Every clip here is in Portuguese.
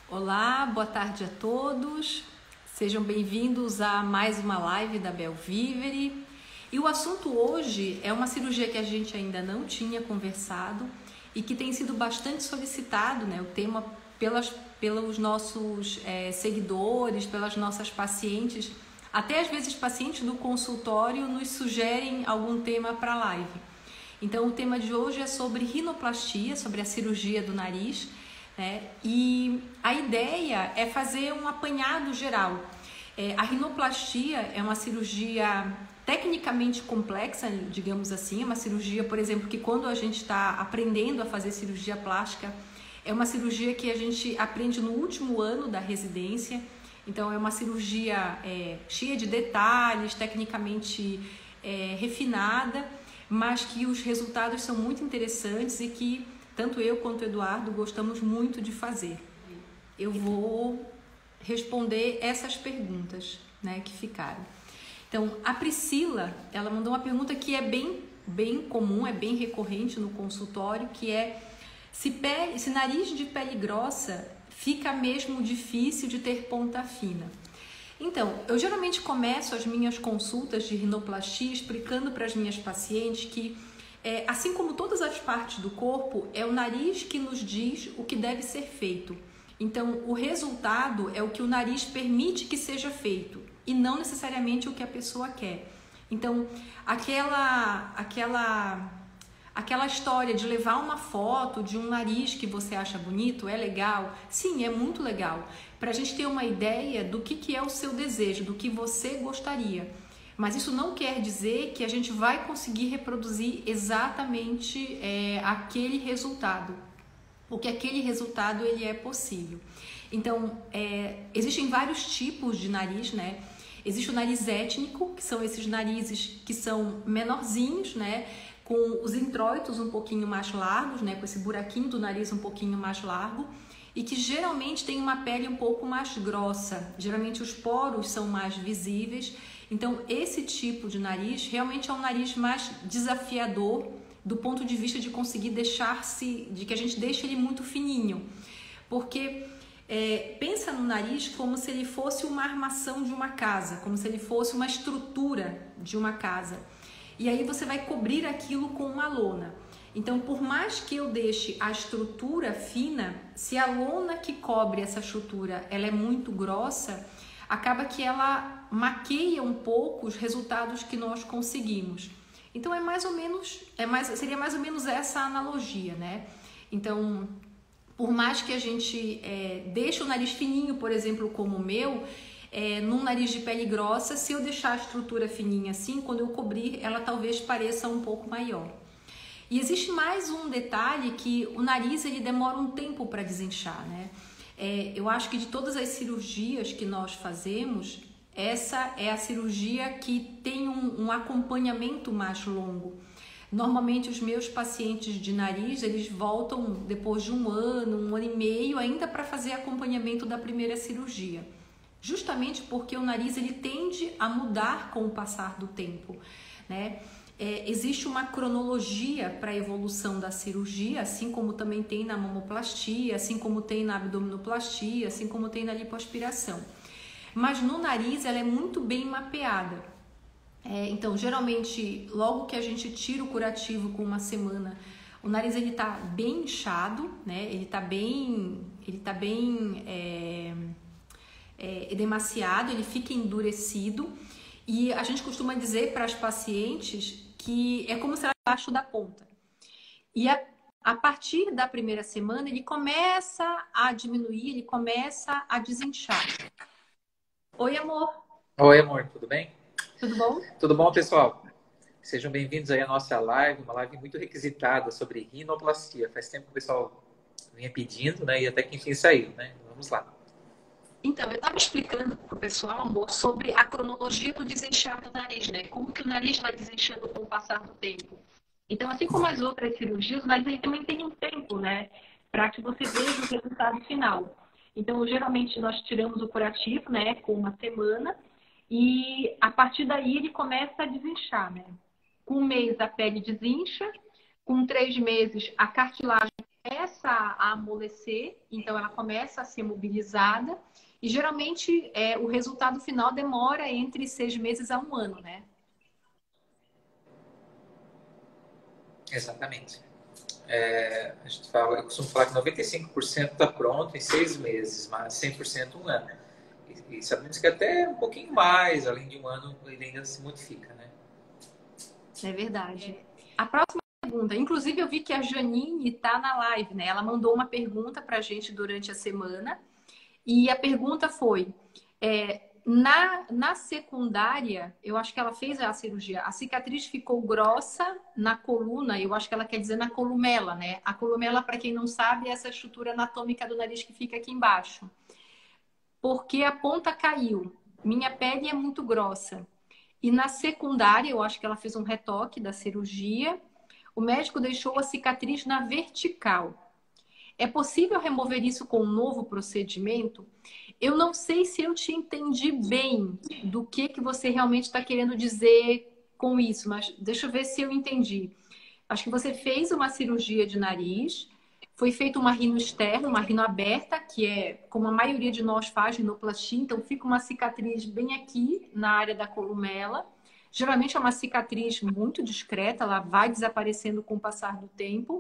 Olá, boa tarde a todos. Sejam bem-vindos a mais uma live da Belvivere. E o assunto hoje é uma cirurgia que a gente ainda não tinha conversado e que tem sido bastante solicitado, né? O tema pelos nossos seguidores, pelas nossas pacientes. Até às vezes pacientes do consultório nos sugerem algum tema para a live. Então o tema de hoje é sobre rinoplastia, sobre a cirurgia do nariz. E a ideia é fazer um apanhado geral. A rinoplastia é uma cirurgia tecnicamente complexa, digamos assim, é uma cirurgia, por exemplo, que quando a gente está aprendendo a fazer cirurgia plástica, é uma cirurgia que a gente aprende no último ano da residência. Então é uma cirurgia cheia de detalhes, tecnicamente refinada, mas que os resultados são muito interessantes e que tanto eu quanto o Eduardo gostamos muito de fazer. Eu vou responder essas perguntas, né, que ficaram. Então, a Priscila, ela mandou uma pergunta que é bem comum, é bem recorrente no consultório, que é se nariz de pele grossa fica mesmo difícil de ter ponta fina. Então, eu geralmente começo as minhas consultas de rinoplastia explicando para as minhas pacientes que assim como todas as partes do corpo, é o nariz que nos diz o que deve ser feito. Então, o resultado é o que o nariz permite que seja feito e não necessariamente o que a pessoa quer. Então, aquela história de levar uma foto de um nariz que você acha bonito é legal? Sim, é muito legal. Para a gente ter uma ideia do que é o seu desejo, do que você gostaria. Mas isso não quer dizer que a gente vai conseguir reproduzir exatamente aquele resultado, porque aquele resultado ele é possível. Então, existem vários tipos de nariz, né? Existe o nariz étnico, que são esses narizes que são menorzinhos, né? Com os introitos um pouquinho mais largos, né? Com esse buraquinho do nariz um pouquinho mais largo e que geralmente tem uma pele um pouco mais grossa. Geralmente os poros são mais visíveis. Então, esse tipo de nariz realmente é um nariz mais desafiador do ponto de vista de conseguir de que a gente deixe ele muito fininho. Porque pensa no nariz como se ele fosse uma armação de uma casa, como se ele fosse uma estrutura de uma casa. E aí você vai cobrir aquilo com uma lona. Então, por mais que eu deixe a estrutura fina, se a lona que cobre essa estrutura ela é muito grossa, acaba que ela maqueia um pouco os resultados que nós conseguimos. Então seria mais ou menos essa analogia, né? Então, por mais que a gente deixe o nariz fininho, por exemplo, como o meu, num nariz de pele grossa, se eu deixar a estrutura fininha assim, quando eu cobrir, ela talvez pareça um pouco maior. E existe mais um detalhe que o nariz ele demora um tempo para desinchar, né? Eu acho que de todas as cirurgias que nós fazemos, essa é a cirurgia que tem um acompanhamento mais longo. Normalmente os meus pacientes de nariz, eles voltam depois de um ano e meio, ainda para fazer acompanhamento da primeira cirurgia. Justamente porque o nariz ele tende a mudar com o passar do tempo, né? Existe uma cronologia para a evolução da cirurgia, assim como também tem na mamoplastia, assim como tem na abdominoplastia, assim como tem na lipoaspiração. Mas no nariz ela é muito bem mapeada. Então, geralmente, logo que a gente tira o curativo com uma semana, o nariz ele tá bem inchado, né? Ele tá bem edemaciado, ele fica endurecido. E a gente costuma dizer para as pacientes que é como se ela abaixo da ponta. E a partir da primeira semana, ele começa a diminuir, ele começa a desinchar. Oi, amor. Oi, amor, tudo bem? Tudo bom? Tudo bom, pessoal? Sejam bem-vindos aí à nossa live, uma live muito requisitada sobre rinoplastia. Faz tempo que o pessoal vinha pedindo, né? E até que enfim saiu, né? Vamos lá. Então, eu estava explicando para o pessoal, amor, sobre a cronologia do desinchar do nariz, né? Como que o nariz vai desinchando com o passar do tempo. Então, assim como as outras cirurgias, o nariz também tem um tempo, né? Para que você veja o resultado final. Então, geralmente, nós tiramos o curativo, né? Com uma semana. E, a partir daí, ele começa a desinchar, né? Com um mês, a pele desincha. Com 3 meses, a cartilagem começa a amolecer, então ela começa a ser mobilizada e geralmente o resultado final demora entre 6 meses a 1 ano, né? Exatamente. A gente fala, eu costumo falar que 95% está pronto em 6 meses, mas 100% 1 ano. E sabemos que até um pouquinho mais, além de 1 ano, ele ainda se modifica, né? É verdade. A próxima pergunta, inclusive eu vi que a Janine está na live, né? Ela mandou uma pergunta para a gente durante a semana e a pergunta foi: na secundária, eu acho que ela fez a cirurgia, a cicatriz ficou grossa na coluna, eu acho que ela quer dizer na columela, né? A columela, para quem não sabe, é essa estrutura anatômica do nariz que fica aqui embaixo. Porque a ponta caiu. Minha pele é muito grossa. E na secundária, eu acho que ela fez um retoque da cirurgia. O médico deixou a cicatriz na vertical. É possível remover isso com um novo procedimento? Eu não sei se eu te entendi bem do que você realmente está querendo dizer com isso, mas deixa eu ver se eu entendi. Acho que você fez uma cirurgia de nariz, foi feita uma rino externa, uma rino aberta, que é como a maioria de nós faz, rinoplastia, então fica uma cicatriz bem aqui na área da columela. Geralmente é uma cicatriz muito discreta, ela vai desaparecendo com o passar do tempo.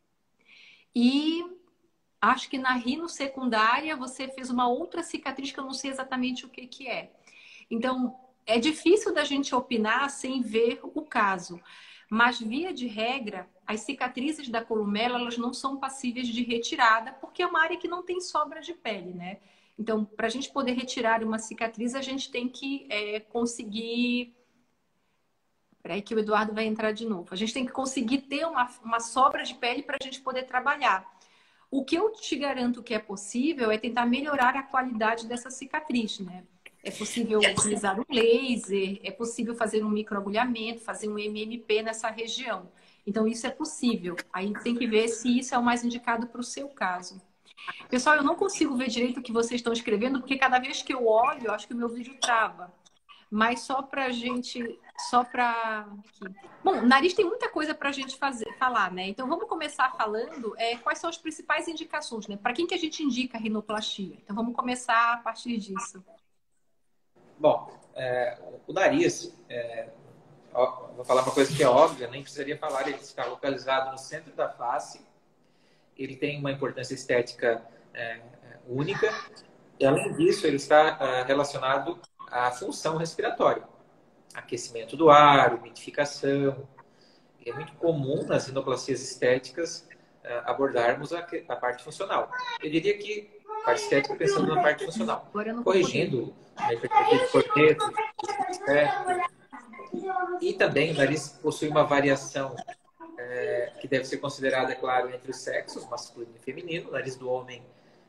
E acho que na rino secundária você fez uma outra cicatriz que eu não sei exatamente o que é. Então, é difícil da gente opinar sem ver o caso. Mas, via de regra, as cicatrizes da columela, elas não são passíveis de retirada, porque é uma área que não tem sobra de pele, né? Então, para a gente poder retirar uma cicatriz, a gente tem que conseguir... Peraí que o Eduardo vai entrar de novo. A gente tem que conseguir ter uma sobra de pele para a gente poder trabalhar. O que eu te garanto que é possível é tentar melhorar a qualidade dessa cicatriz, né? É possível utilizar um laser, é possível fazer um microagulhamento, fazer um MMP nessa região. Então, isso é possível. Aí tem que ver se isso é o mais indicado para o seu caso. Pessoal, eu não consigo ver direito o que vocês estão escrevendo, porque cada vez que eu olho, eu acho que o meu vídeo trava. Mas só pra gente, só pra... Aqui. Bom, nariz tem muita coisa pra gente falar, né? Então vamos começar falando quais são as principais indicações, né? Para quem que a gente indica a rinoplastia? Então vamos começar a partir disso. Bom, o nariz, vou falar uma coisa que é óbvia, nem precisaria falar, ele está localizado no centro da face, ele tem uma importância estética única, e além disso, ele está relacionado à função respiratória, aquecimento do ar, umidificação. E é muito comum nas rinoplastias estéticas abordarmos a parte funcional. Eu diria que a parte estética pensando na parte funcional, corrigindo a hipertrofia de corneto, e também o nariz possui uma variação que deve ser considerada, é claro, entre os sexos, masculino e feminino. O nariz do homem,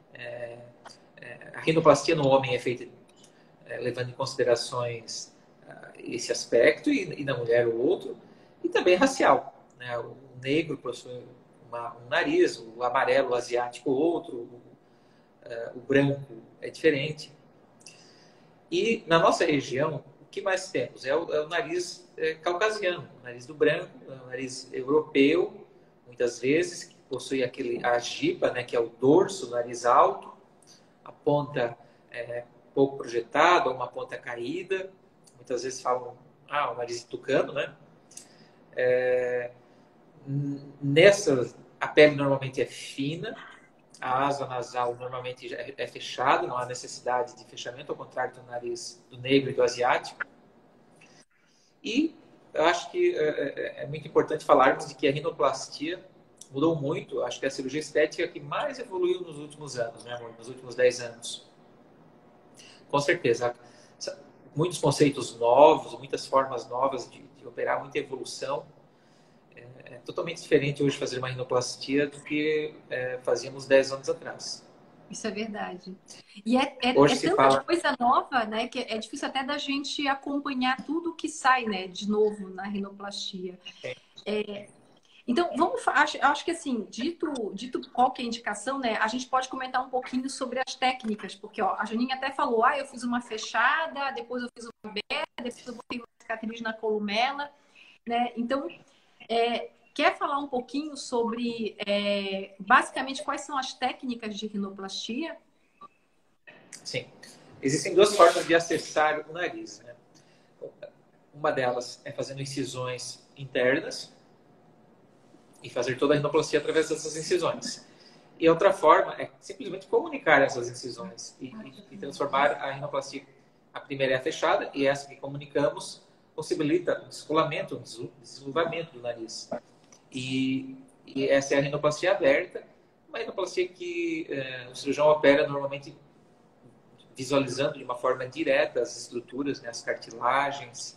a rinoplastia no homem é feita levando em considerações esse aspecto e na mulher o outro, e também racial, né? O negro possui um nariz, o amarelo, o asiático outro, o branco é diferente. E na nossa região, o que mais temos? É o nariz caucasiano, o nariz do branco, o nariz europeu, muitas vezes, que possui a giba, né, que é o dorso, o nariz alto, a ponta pouco projetada, uma ponta caída. Muitas vezes falam, o nariz tucano, né? A pele normalmente é fina, a asa nasal normalmente é fechada, não há necessidade de fechamento, ao contrário do nariz do negro e do asiático. E eu acho que é muito importante falarmos de que a rinoplastia mudou muito. Acho que é a cirurgia estética que mais evoluiu nos últimos anos, né, amor? Nos últimos 10 anos. Com certeza. Muitos conceitos novos, muitas formas novas de operar, muita evolução. É totalmente diferente hoje fazer uma rinoplastia do que fazíamos 10 anos atrás. Isso é verdade. E hoje tanta coisa nova, né, que é difícil até da gente acompanhar tudo que sai, né, de novo na rinoplastia. Então, acho que assim, dito qual que é a indicação, né, a gente pode comentar um pouquinho sobre as técnicas, porque ó, a Janinha até falou, eu fiz uma fechada, depois eu fiz uma aberta, depois eu botei uma cicatriz na columela, né, então, quer falar um pouquinho sobre, basicamente, quais são as técnicas de rinoplastia? Sim. Existem duas formas de acessar o nariz, né? Uma delas é fazendo incisões internas e fazer toda a rinoplastia através dessas incisões. E outra forma é simplesmente comunicar essas incisões e transformar a rinoplastia. A primeira é a fechada e essa que comunicamos possibilita o descolamento, o desluvamento do nariz. E essa é a rinoplastia aberta, uma rinoplastia que o cirurgião opera normalmente visualizando de uma forma direta as estruturas, né, as cartilagens.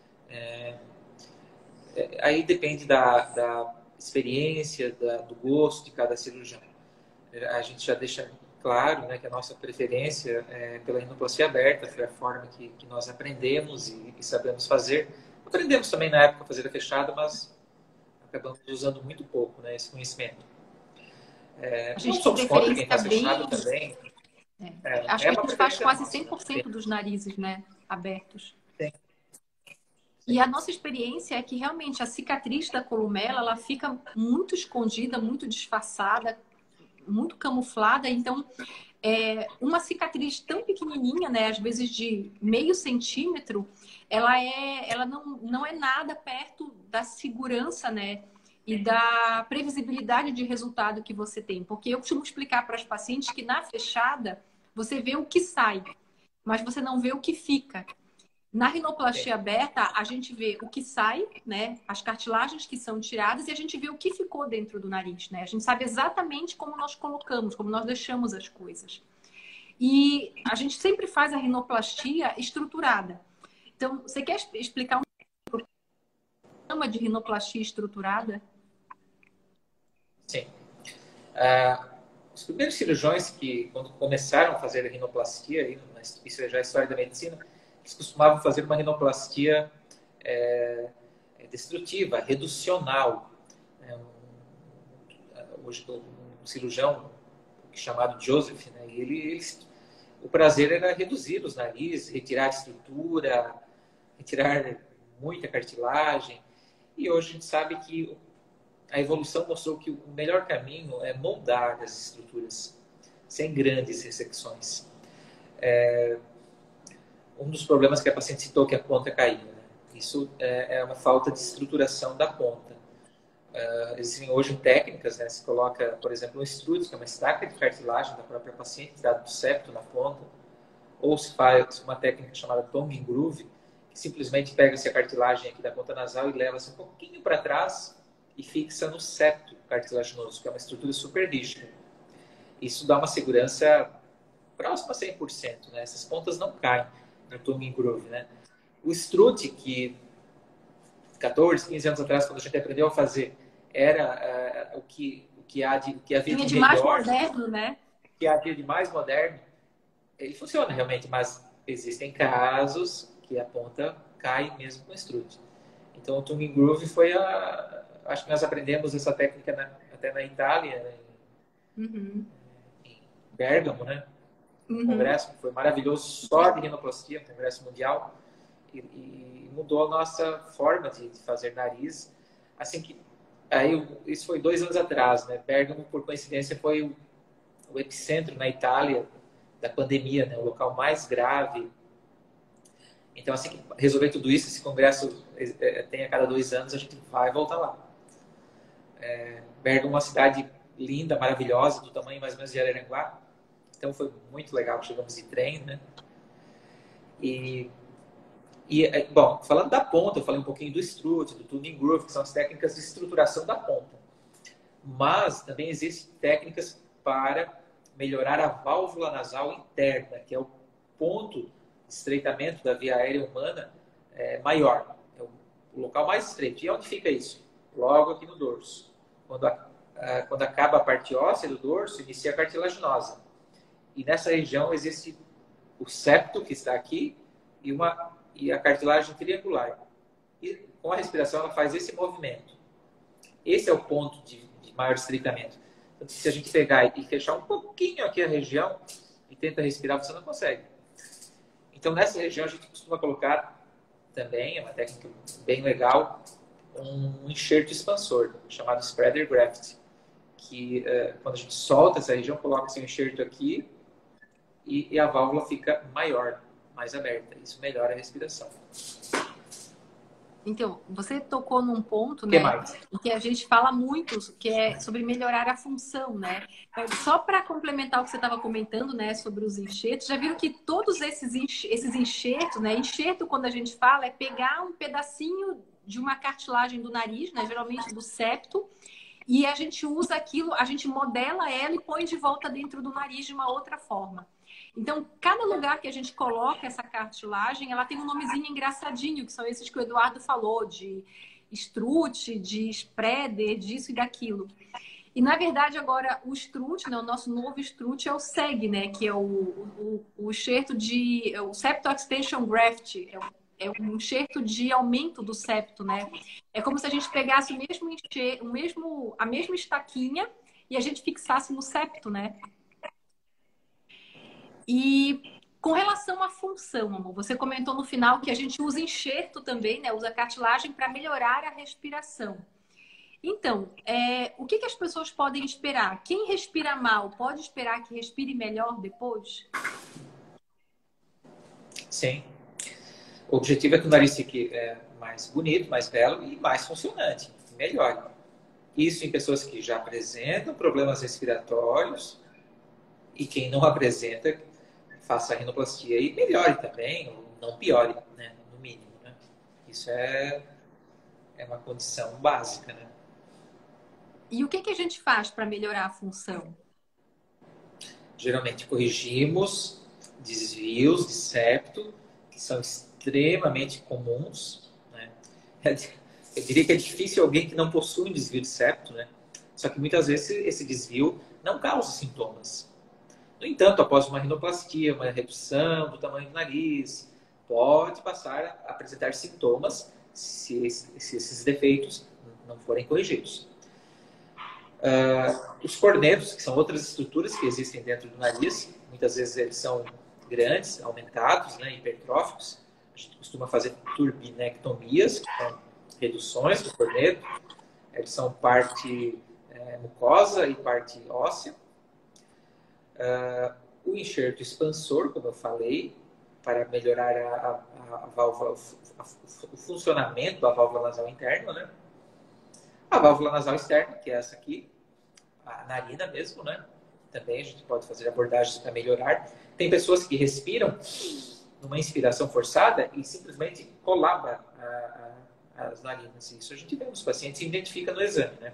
Aí depende da experiência, do gosto de cada cirurgião. A gente já deixa claro, né, que a nossa preferência é pela rinoplastia aberta, foi a forma que nós aprendemos e sabemos fazer. Aprendemos também na época a fazer a fechada, mas acabamos usando muito pouco, né, esse conhecimento. A Não gente tem somos contra preferência quem faz fechada bem... também. Acho É que a uma gente faz preferência quase nossa, né? 100% dos narizes, né, abertos. Sim, E sim. a nossa experiência é que realmente a cicatriz da columela, ela fica muito escondida, muito disfarçada, muito camuflada. Então, uma cicatriz tão pequenininha, né, às vezes de meio centímetro, ela não é nada perto da segurança, né, e da previsibilidade de resultado que você tem. Porque eu costumo explicar para as pacientes que na fechada você vê o que sai, mas você não vê o que fica. Na rinoplastia aberta, a gente vê o que sai, né? As cartilagens que são tiradas e a gente vê o que ficou dentro do nariz, né? A gente sabe exatamente como nós colocamos, como nós deixamos as coisas. E a gente sempre faz a rinoplastia estruturada. Então, você quer explicar um programa de rinoplastia estruturada? Sim. Os primeiros cirurgiões que, quando começaram a fazer a rinoplastia, isso já é história da medicina, eles costumavam fazer uma rinoplastia destrutiva, reducional. Hoje, um cirurgião chamado Joseph, né, o prazer era reduzir os narizes, retirar a estrutura, retirar muita cartilagem. E hoje a gente sabe que a evolução mostrou que o melhor caminho é moldar as estruturas, sem grandes ressecções. Um dos problemas que a paciente citou que a ponta caía, né? Isso é uma falta de estruturação da ponta. Existem hoje técnicas, né? Se coloca, por exemplo, um extrude, que é uma estaca de cartilagem da própria paciente, dado do septo na ponta, ou se faz uma técnica chamada tongue groove, que simplesmente pega-se a cartilagem aqui da ponta nasal e leva-se um pouquinho para trás e fixa no septo cartilaginoso, que é uma estrutura super rígida. Isso dá uma segurança próxima a 100%, né? Essas pontas não caem no tongue groove, né? O extrude, que 14, 15 anos atrás, quando a gente aprendeu a fazer, era o que havia de mais melhor, moderno, né? o que havia de mais moderno. Ele funciona realmente, mas existem casos que a ponta cai mesmo com extrude. Então, o tongue groove foi acho que nós aprendemos essa técnica até na Itália, né? Em Bérgamo, né? Um congresso que foi maravilhoso, só de rinoplastia, um congresso mundial, e mudou a nossa forma de fazer nariz. Assim que isso foi 2 anos atrás, né? Bérgamo, por coincidência, foi o epicentro na Itália da pandemia, né? O local mais grave. Então, assim que resolver tudo isso, esse congresso tem a cada 2 anos, a gente vai voltar lá. Bérgamo é uma cidade linda, maravilhosa, do tamanho mais ou menos de Araranguá. Então, foi muito legal. Chegamos de trem, né? Bom, falando da ponta, eu falei um pouquinho do extrude, do tuning groove, que são as técnicas de estruturação da ponta. Mas também existem técnicas para melhorar a válvula nasal interna, que é o ponto de estreitamento da via aérea humana maior. É o local mais estreito. E onde fica isso? Logo aqui no dorso. Quando acaba a parte óssea do dorso, inicia a cartilaginosa. E nessa região existe o septo, que está aqui, e a cartilagem triangular. E com a respiração ela faz esse movimento. Esse é o ponto de maior estreitamento. Então, se a gente pegar e fechar um pouquinho aqui a região e tenta respirar, você não consegue. Então, nessa região a gente costuma colocar também, é uma técnica bem legal, um enxerto expansor, chamado spreader graft, que quando a gente solta essa região, coloca esse enxerto aqui e a válvula fica maior, mais aberta. Isso melhora a respiração. Então, você tocou num ponto, O que né, mais? em que a gente fala muito, que é sobre melhorar a função, né? Só para complementar o que você estava comentando, né, sobre os enxertos, já viram que todos esses enxertos, né, enxerto, quando a gente fala, é pegar um pedacinho de uma cartilagem do nariz, né, geralmente do septo, e a gente usa aquilo, a gente modela ela e põe de volta dentro do nariz de uma outra forma. Então, cada lugar que a gente coloca essa cartilagem, ela tem um nomezinho engraçadinho, que são esses que o Eduardo falou, de Strut, de Spreader, disso e daquilo. E, na verdade, agora, o Strut, né, o nosso novo Strut é o SEG, né, que é o enxerto de... o Septo Extension Graft, é um enxerto de aumento do septo, né? É como se a gente pegasse a mesma estaquinha e a gente fixasse no septo, né? E com relação à função, amor, você comentou no final que a gente usa enxerto também, né? Usa cartilagem para melhorar a respiração. Então, o que as pessoas podem esperar? Quem respira mal pode esperar que respire melhor depois? Sim. O objetivo é que o nariz fique mais bonito, mais belo e mais funcionante, melhor. Isso em pessoas que já apresentam problemas respiratórios e quem não apresenta, faça a rinoplastia e melhore também, ou não piore, né? No mínimo. Né? Isso é uma condição básica. Né? E o que a gente faz para melhorar a função? Geralmente corrigimos desvios de septo, que são extremamente comuns. Né? Eu diria que é difícil alguém que não possui um desvio de septo, né? Só que muitas vezes esse desvio não causa sintomas. No entanto, após uma rinoplastia, uma redução do tamanho do nariz, pode passar a apresentar sintomas se esses defeitos não forem corrigidos. Os cornetos, que são outras estruturas que existem dentro do nariz, muitas vezes eles são grandes, aumentados, né, hipertróficos. A gente costuma fazer turbinectomias, que são reduções do corneto. Eles são parte mucosa e parte óssea. O enxerto expansor, como eu falei, para melhorar a válvula, o funcionamento da válvula nasal interna, né? A válvula nasal externa, que é essa aqui, a narina mesmo, né? Também a gente pode fazer abordagens para melhorar. Tem pessoas que respiram numa inspiração forçada e simplesmente colaba as narinas. Isso a gente vê nos pacientes e identifica no exame, né?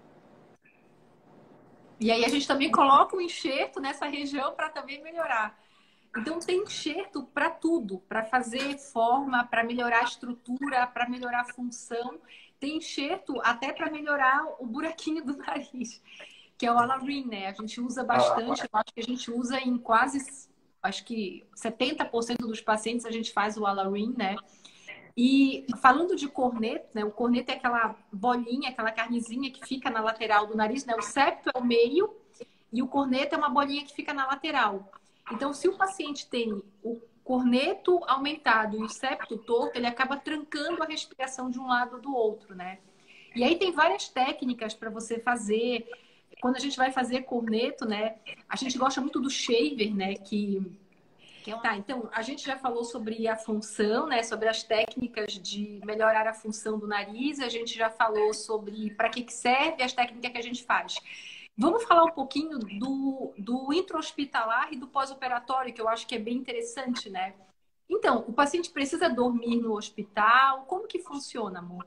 E aí a gente também coloca o enxerto nessa região para também melhorar. Então tem enxerto para tudo, para fazer forma, para melhorar a estrutura, para melhorar a função. Tem enxerto até para melhorar o buraquinho do nariz, que é o Alarin, né? A gente usa bastante, eu acho que a gente usa em quase, acho que 70% dos pacientes a gente faz o Alarin, né? E falando de corneto, né? O corneto é aquela bolinha, aquela carnezinha que fica na lateral do nariz, né? O septo é o meio e o corneto é uma bolinha que fica na lateral. Então, se o paciente tem o corneto aumentado e o septo torto, ele acaba trancando a respiração de um lado do outro, né? E aí tem várias técnicas para você fazer. Quando a gente vai fazer corneto, né? A gente gosta muito do shaver, né? Tá, então a gente já falou sobre a função, né? Sobre as técnicas de melhorar a função do nariz. A gente já falou sobre para que serve as técnicas que a gente faz. Vamos falar um pouquinho do intra-hospitalar e do pós-operatório, que eu acho que é bem interessante, né? Então, o paciente precisa dormir no hospital? Como que funciona, amor?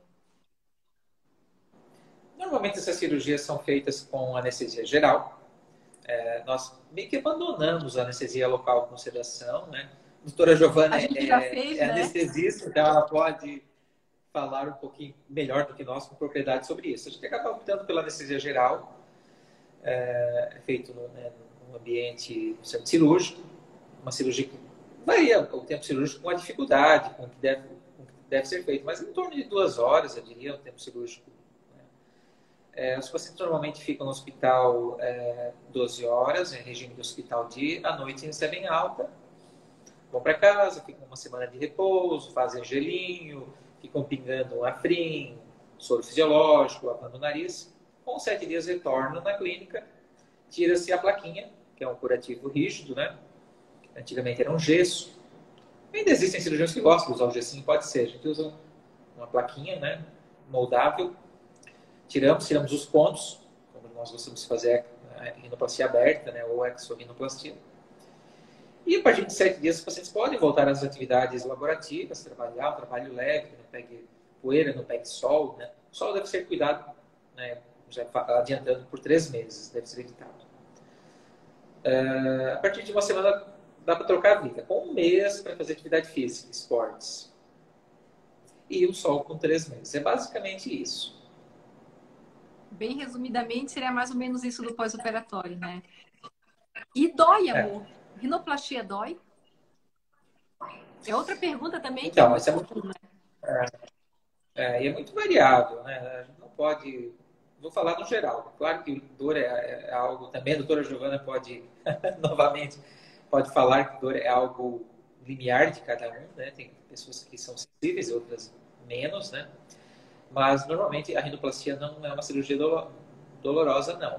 Normalmente essas cirurgias são feitas com anestesia geral. Nós meio que abandonamos a anestesia local com sedação, né? A doutora Giovana fez, né? anestesista, então ela pode falar um pouquinho melhor do que nós com propriedade sobre isso. A gente acaba optando pela anestesia geral, feito num ambiente no centro cirúrgico, uma cirurgia que varia o tempo cirúrgico com a dificuldade, com o que deve ser feito, mas em torno de 2 horas, eu diria, o tempo cirúrgico. Os pacientes normalmente ficam no hospital 12 horas, em regime de hospital à noite recebem alta, vão para casa, ficam uma semana de repouso, fazem gelinho, ficam pingando um Afrin, soro fisiológico, lavando o nariz. Com 7 dias retorna na clínica, tira-se a plaquinha, que é um curativo rígido, né? Antigamente era um gesso. Ainda existem cirurgiões que gostam de usar o gessinho, pode ser. A gente usa uma plaquinha, né? Moldável. Tiramos os pontos, como nós gostamos de fazer a rinoplastia aberta, né? Ou exorrinoplastia. E a partir de 7 dias, os pacientes podem voltar às atividades laborativas, trabalhar, um trabalho leve, que não pegue poeira, não pegue sol, né? O sol deve ser cuidado, né? Já adiantando por 3 meses, deve ser evitado. A partir de uma semana dá para trocar a vida, com 1 mês para fazer atividade física, esportes. E o sol com 3 meses. É basicamente isso. Bem resumidamente, seria mais ou menos isso do pós-operatório, né? E dói, amor? Rinoplastia dói? É outra pergunta também que é Então, muito isso é muito, comum, né? e é muito variável, né? A gente não pode... Vou falar no geral. Claro que dor é algo... Também a doutora Giovana pode, novamente, pode falar que dor é algo limiar de cada um, né? Tem pessoas que são sensíveis, outras menos, né? Mas, normalmente, a rinoplastia não é uma cirurgia dolorosa, não.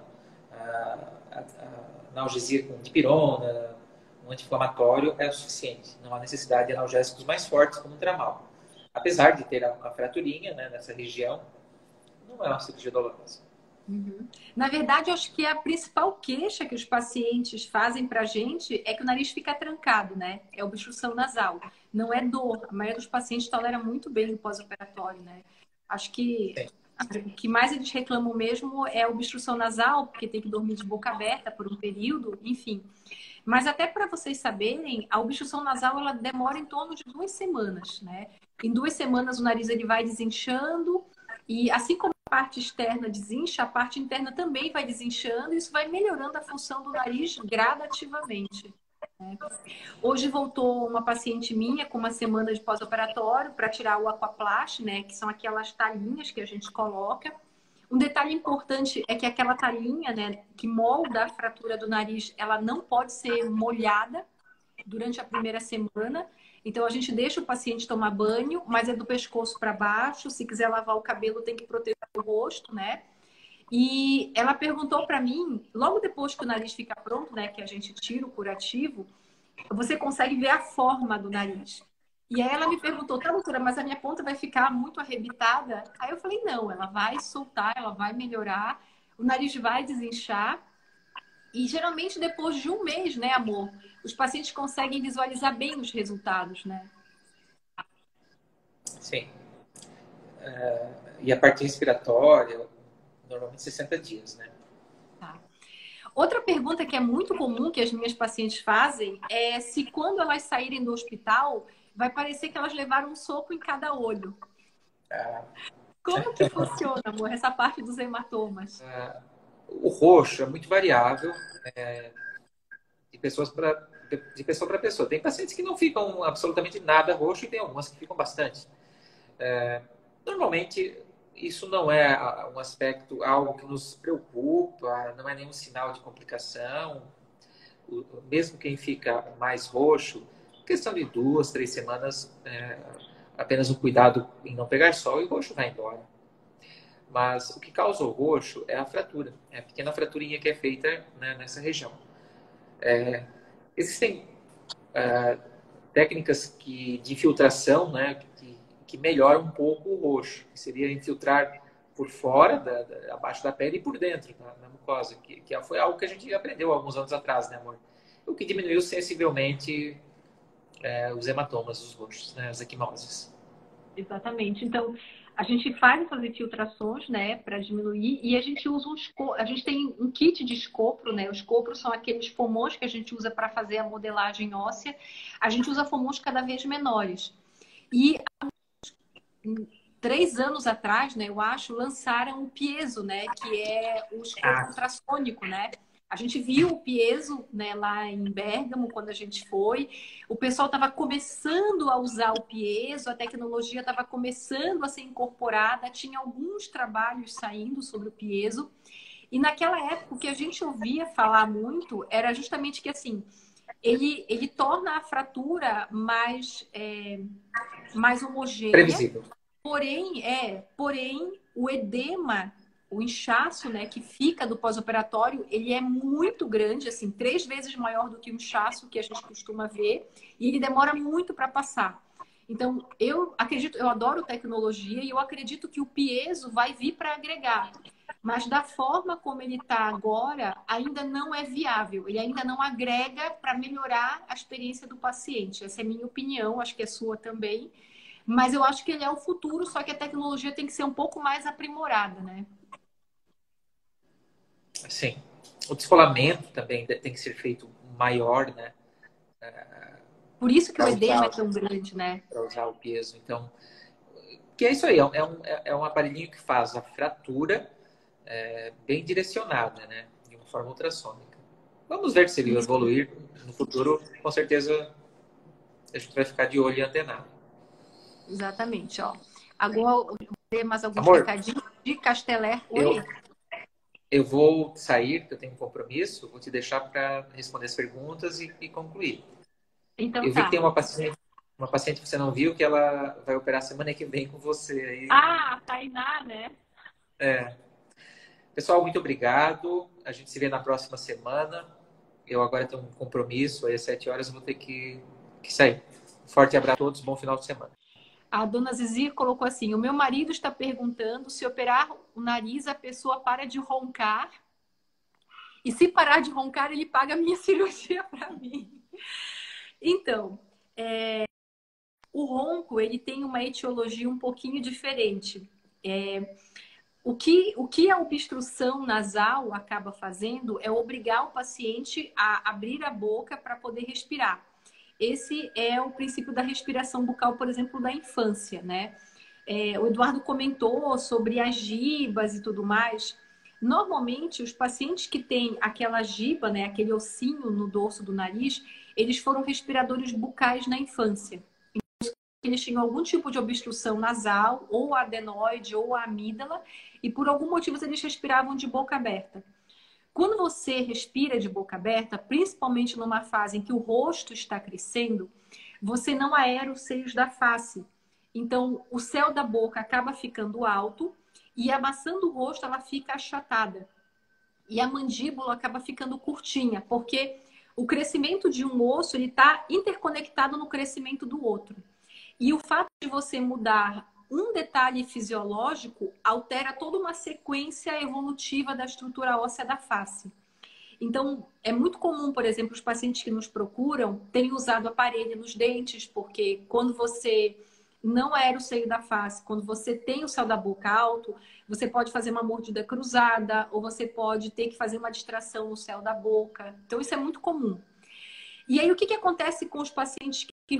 A analgesia com dipirona, um anti-inflamatório é o suficiente. Não há necessidade de analgésicos mais fortes, como o tramal. Apesar de ter a fraturinha, né, nessa região, não é uma cirurgia dolorosa. Uhum. Na verdade, eu acho que a principal queixa que os pacientes fazem pra gente é que o nariz fica trancado, né? É obstrução nasal. Não é dor. A maioria dos pacientes tolera muito bem o pós-operatório, né? Acho que Sim. o que mais eles reclamam mesmo é a obstrução nasal, porque tem que dormir de boca aberta por um período, enfim. Mas até para vocês saberem, a obstrução nasal ela demora em torno de 2 semanas, né? Em 2 semanas o nariz ele vai desinchando e assim como a parte externa desincha, a parte interna também vai desinchando e isso vai melhorando a função do nariz gradativamente. Né? Hoje voltou uma paciente minha com 1 semana de pós-operatório para tirar o aquaplast, né? Que são aquelas talinhas que a gente coloca. Um detalhe importante é que aquela talinha, né, que molda a fratura do nariz, ela não pode ser molhada durante a primeira semana. Então, a gente deixa o paciente tomar banho, mas é do pescoço para baixo. Se quiser lavar o cabelo, tem que proteger o rosto, né? E ela perguntou para mim, logo depois que o nariz fica pronto, né, que a gente tira o curativo, você consegue ver a forma do nariz. E aí ela me perguntou, tá, doutora, mas a minha ponta vai ficar muito arrebitada? Aí eu falei, não, ela vai soltar, ela vai melhorar, o nariz vai desinchar. E geralmente depois de 1 mês, né, amor, os pacientes conseguem visualizar bem os resultados, né? Sim. E a parte respiratória, normalmente 60 dias, né? Tá. Outra pergunta que é muito comum que as minhas pacientes fazem é se quando elas saírem do hospital, vai parecer que elas levaram um soco em cada olho. Ah, Como que funciona, amor, essa parte dos hematomas? o roxo é muito variável, de de pessoa para pessoa. Tem pacientes que não ficam absolutamente nada roxo e tem algumas que ficam bastante. Normalmente, isso não é um aspecto, algo que nos preocupa, não é nenhum sinal de complicação. Mesmo quem fica mais roxo, questão de 2, 3 semanas, apenas o cuidado em não pegar sol e o roxo vai embora. Mas o que causa o roxo é a fratura, é a pequena fraturinha que é feita, né, nessa região. Existem técnicas de infiltração, né, que melhoram um pouco o roxo, que seria infiltrar por fora, abaixo da pele e por dentro, na mucosa, que foi algo que a gente aprendeu alguns anos atrás, né, amor? O que diminuiu sensivelmente os hematomas, os roxos, né, as equimoses. Exatamente. Então, a gente faz essas infiltrações, né, para diminuir, e a gente usa a gente tem um kit de escopro, né? Os escopros são aqueles fomos que a gente usa para fazer a modelagem óssea. A gente usa fomos cada vez menores. E 3 anos atrás, né, eu acho, lançaram o piezo, né, que é o escopo ultrassônico, né? A gente viu o piezo, né, lá em Bérgamo, quando a gente foi. O pessoal estava começando a usar o piezo, a tecnologia estava começando a ser incorporada, tinha alguns trabalhos saindo sobre o piezo. E naquela época, o que a gente ouvia falar muito era justamente que, assim, ele torna a fratura mais homogênea. Previsível. Porém, o edema, o inchaço, né, que fica do pós-operatório, ele é muito grande, assim, 3 vezes maior do que o inchaço que a gente costuma ver, e ele demora muito para passar. Então, eu acredito, eu adoro tecnologia e eu acredito que o piezo vai vir para agregar. Mas da forma como ele está agora, ainda não é viável. Ele ainda não agrega para melhorar a experiência do paciente. Essa é a minha opinião, acho que é sua também. Mas eu acho que ele é o futuro, só que a tecnologia tem que ser um pouco mais aprimorada, né? Assim, o descolamento também tem que ser feito maior, né? Por isso que o Para edema é usar, tão grande, né? para usar o peso. Então, que é isso aí, é um aparelhinho que faz a fratura bem direcionada, né? De uma forma ultrassônica. Vamos ver se ele Isso, evoluir no futuro. Com certeza a gente vai ficar de olho e antenado. exatamente, ó. Agora, ter mais alguns Amor, recadinhos de Casteler. eu, Oi? eu vou sair, porque eu tenho um compromisso. Vou te deixar para responder as perguntas e concluir. Então Eu vi que tem tá. uma paciente que você não viu, que ela vai operar semana que vem com você. Aí, Ah, a Tainá, né? é. Pessoal, muito obrigado. A gente se vê na próxima semana. Eu agora tenho um compromisso, aí às 7 horas eu vou ter que sair. Um forte abraço a todos, bom final de semana. A dona Zizi colocou assim: o meu marido está perguntando se operar o nariz a pessoa para de roncar. E se parar de roncar, ele paga a minha cirurgia para mim. Então, o ronco, ele tem uma etiologia um pouquinho diferente. O que a obstrução nasal acaba fazendo é obrigar o paciente a abrir a boca para poder respirar. Esse é o princípio da respiração bucal, por exemplo, da infância, né? O Eduardo comentou sobre as gibas e tudo mais. Normalmente, os pacientes que têm aquela giba, né, aquele ossinho no dorso do nariz, eles foram respiradores bucais na infância. Eles tinham algum tipo de obstrução nasal, ou a adenoide, ou a amígdala, e por algum motivo eles respiravam de boca aberta. Quando você respira de boca aberta, principalmente numa fase em que o rosto está crescendo, você não aera os seios da face. Então, o céu da boca acaba ficando alto e a maçã do rosto ela fica achatada. E a mandíbula acaba ficando curtinha, porque o crescimento de um osso ele está interconectado no crescimento do outro. E o fato de você mudar um detalhe fisiológico altera toda uma sequência evolutiva da estrutura óssea da face. Então, é muito comum, por exemplo, os pacientes que nos procuram terem usado aparelho nos dentes, porque quando você não aera o seio da face, quando você tem o céu da boca alto, você pode fazer uma mordida cruzada, ou você pode ter que fazer uma distração no céu da boca. Então, isso é muito comum. E aí, o que acontece com os pacientes que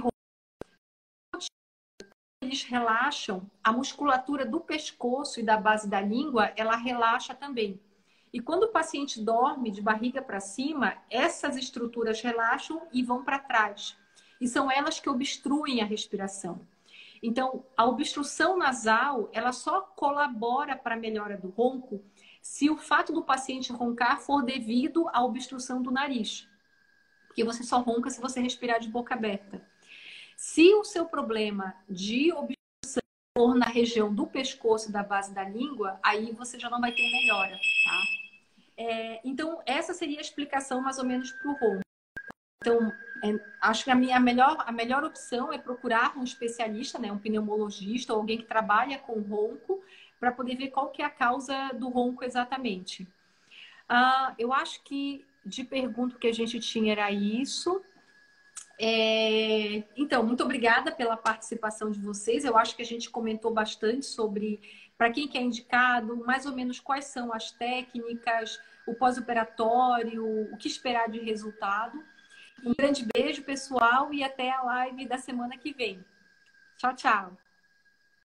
eles relaxam, a musculatura do pescoço e da base da língua, ela relaxa também. E quando o paciente dorme de barriga para cima, essas estruturas relaxam e vão para trás. E são elas que obstruem a respiração. Então, a obstrução nasal, ela só colabora para a melhora do ronco se o fato do paciente roncar for devido à obstrução do nariz. Porque você só ronca se você respirar de boca aberta. Se o seu problema de obstrução for na região do pescoço e da base da língua, aí você já não vai ter melhora, tá? Então, essa seria a explicação mais ou menos para o ronco. Então, acho que a melhor opção é procurar um especialista, né, um pneumologista ou alguém que trabalha com ronco, para poder ver qual que é a causa do ronco exatamente. Eu acho que de pergunta que a gente tinha era isso. Então, muito obrigada pela participação de vocês. Eu acho que a gente comentou bastante sobre para quem que é indicado, mais ou menos quais são as técnicas, o pós-operatório, o que esperar de resultado. Um grande beijo, pessoal, e até a live da semana que vem. Tchau, tchau.